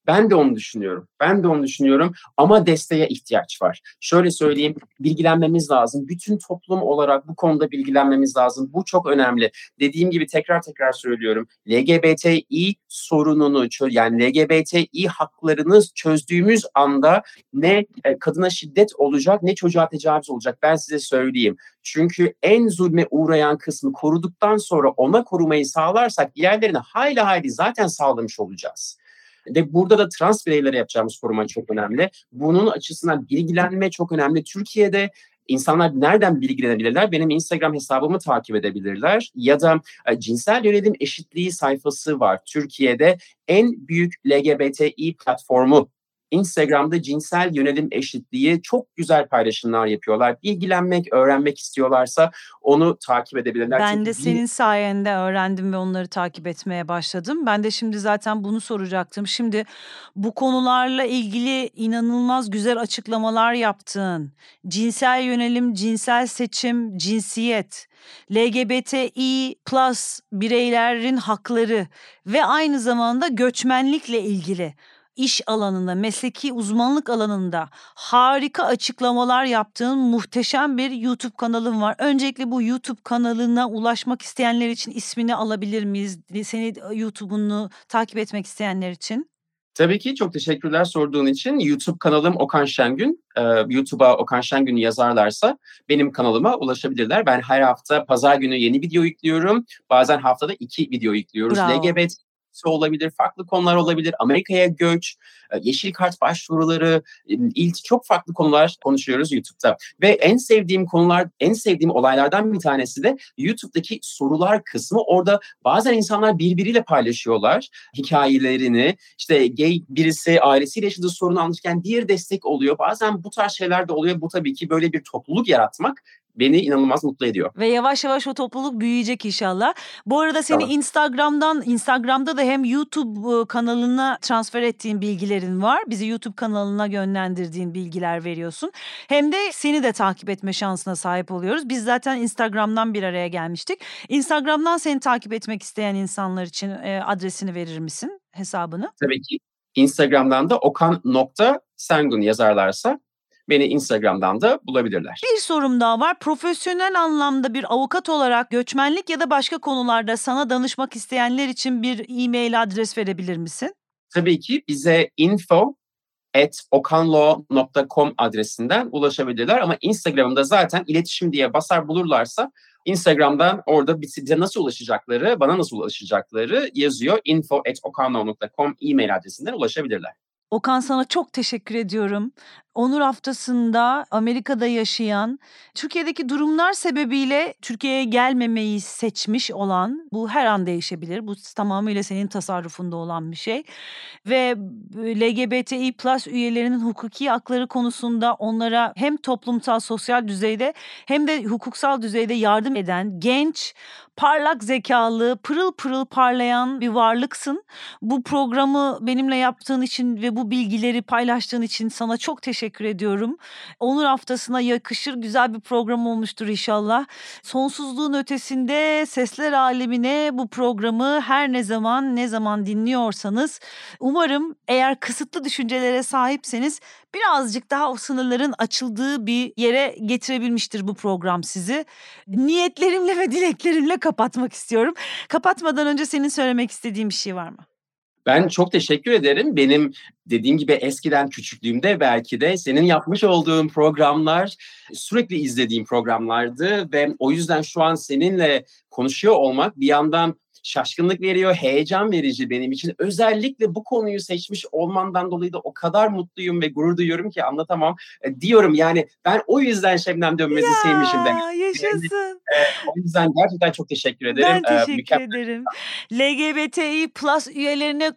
Ben de onu düşünüyorum. Ben de onu düşünüyorum ama desteğe ihtiyaç var. Şöyle söyleyeyim, bilgilenmemiz lazım. Bütün toplum olarak bu konuda bilgilenmemiz lazım. Bu çok önemli. Dediğim gibi tekrar tekrar söylüyorum. L G B T İ sorununu, yani L G B T İ haklarını çözdüğümüz anda ne kadına şiddet olacak ne çocuğa tecavüz olacak. Ben size söyleyeyim. Çünkü en zulme uğrayan kısmı koruduktan sonra ona korumayı sağlarsak diğerlerini hayli hayli zaten sağlamış olacağız. Ve burada da trans bireylere yapacağımız koruma çok önemli. Bunun açısından bilgilenme çok önemli. Türkiye'de insanlar nereden bilgilenebilirler? Benim Instagram hesabımı takip edebilirler. Ya da e, cinsel yönelim eşitliği sayfası var. Türkiye'de en büyük L G B T İ platformu. Instagram'da cinsel yönelim eşitliği çok güzel paylaşımlar yapıyorlar. Bilgilenmek, öğrenmek istiyorlarsa onu takip edebilirler. Ben Çünkü de bil- senin sayende öğrendim ve onları takip etmeye başladım. Ben de şimdi zaten bunu soracaktım. Şimdi bu konularla ilgili inanılmaz güzel açıklamalar yaptın. Cinsel yönelim, cinsel seçim, cinsiyet, L G B T İ plus bireylerin hakları ve aynı zamanda göçmenlikle ilgili iş alanında, mesleki uzmanlık alanında harika açıklamalar yaptığın muhteşem bir YouTube kanalın var. Öncelikle bu YouTube kanalına ulaşmak isteyenler için ismini alabilir miyiz? Seni YouTube'unu takip etmek isteyenler için. Tabii ki çok teşekkürler sorduğun için. YouTube kanalım Okan Şengün. Ee, YouTube'a Okan Şengün'ü yazarlarsa benim kanalıma ulaşabilirler. Ben her hafta pazar günü yeni video yüklüyorum. Bazen haftada iki video yüklüyoruz. Bravo. L G B T olabilir, farklı konular olabilir. Amerika'ya göç, yeşil kart başvuruları, ilk çok farklı konular konuşuyoruz YouTube'da. Ve en sevdiğim konular, en sevdiğim olaylardan bir tanesi de YouTube'daki sorular kısmı. Orada bazen insanlar birbiriyle paylaşıyorlar hikayelerini. İşte gay birisi ailesiyle yaşadığı sorunu anlatırken diğer destek oluyor. Bazen bu tarz şeyler de oluyor. Bu tabii ki böyle bir topluluk yaratmak beni inanılmaz mutlu ediyor. Ve yavaş yavaş o topluluk büyüyecek inşallah. Bu arada seni Tamam. Instagram'dan, Instagram'da da hem YouTube kanalına transfer ettiğin bilgilerin var. Bizi YouTube kanalına yönlendirdiğin bilgiler veriyorsun. Hem de seni de takip etme şansına sahip oluyoruz. Biz zaten Instagram'dan bir araya gelmiştik. Instagram'dan seni takip etmek isteyen insanlar için e, adresini verir misin, hesabını? Tabii ki. Instagram'dan da okan nokta sengun yazarlarsa beni Instagram'dan da bulabilirler. Bir sorum daha var. Profesyonel anlamda bir avukat olarak göçmenlik ya da başka konularda sana danışmak isteyenler için bir e-mail adres verebilir misin? Tabii ki bize info at okanlaw nokta com adresinden ulaşabilirler ama Instagram'da zaten iletişim diye basar bulurlarsa Instagram'dan orada bize nasıl ulaşacakları, bana nasıl ulaşacakları yazıyor. info at okanlaw nokta com e-mail adresinden ulaşabilirler. Okan, sana çok teşekkür ediyorum. Onur Haftası'nda Amerika'da yaşayan, Türkiye'deki durumlar sebebiyle Türkiye'ye gelmemeyi seçmiş olan, bu her an değişebilir. Bu tamamıyla senin tasarrufunda olan bir şey. Ve L G B T İ plus üyelerinin hukuki hakları konusunda onlara hem toplumsal, sosyal düzeyde hem de hukuksal düzeyde yardım eden genç, parlak zekalı, pırıl pırıl parlayan bir varlıksın. Bu programı benimle yaptığın için ve bu bilgileri paylaştığın için sana çok teşekkür ediyorum. Onur Haftası'na yakışır güzel bir program olmuştur inşallah. Sonsuzluğun ötesinde sesler alemine bu programı her ne zaman ne zaman dinliyorsanız umarım eğer kısıtlı düşüncelere sahipseniz birazcık daha o sınırların açıldığı bir yere getirebilmiştir bu program sizi. Niyetlerimle ve dileklerimle kapatmak istiyorum. Kapatmadan önce senin söylemek istediğin bir şey var mı? Ben çok teşekkür ederim. Benim dediğim gibi eskiden küçüklüğümde belki de senin yapmış olduğun programlar sürekli izlediğim programlardı ve o yüzden şu an seninle konuşuyor olmak bir yandan şaşkınlık veriyor, heyecan verici benim için. Özellikle bu konuyu seçmiş olmandan dolayı da o kadar mutluyum ve gurur duyuyorum ki anlatamam. E, diyorum yani ben o yüzden Şebnem Dönmez'i sevmişim demek. Ya yaşasın. E, o yüzden gerçekten çok teşekkür ederim. Ben teşekkür E, mükemmel. ederim. L G B T İ plus üyelerine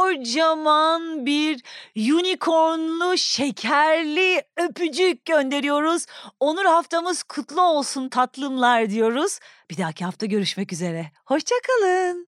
kocaman bir unicornlu şekerli öpücük gönderiyoruz. Onur haftamız kutlu olsun tatlımlar diyoruz. Bir dahaki hafta görüşmek üzere. Hoşça kalın.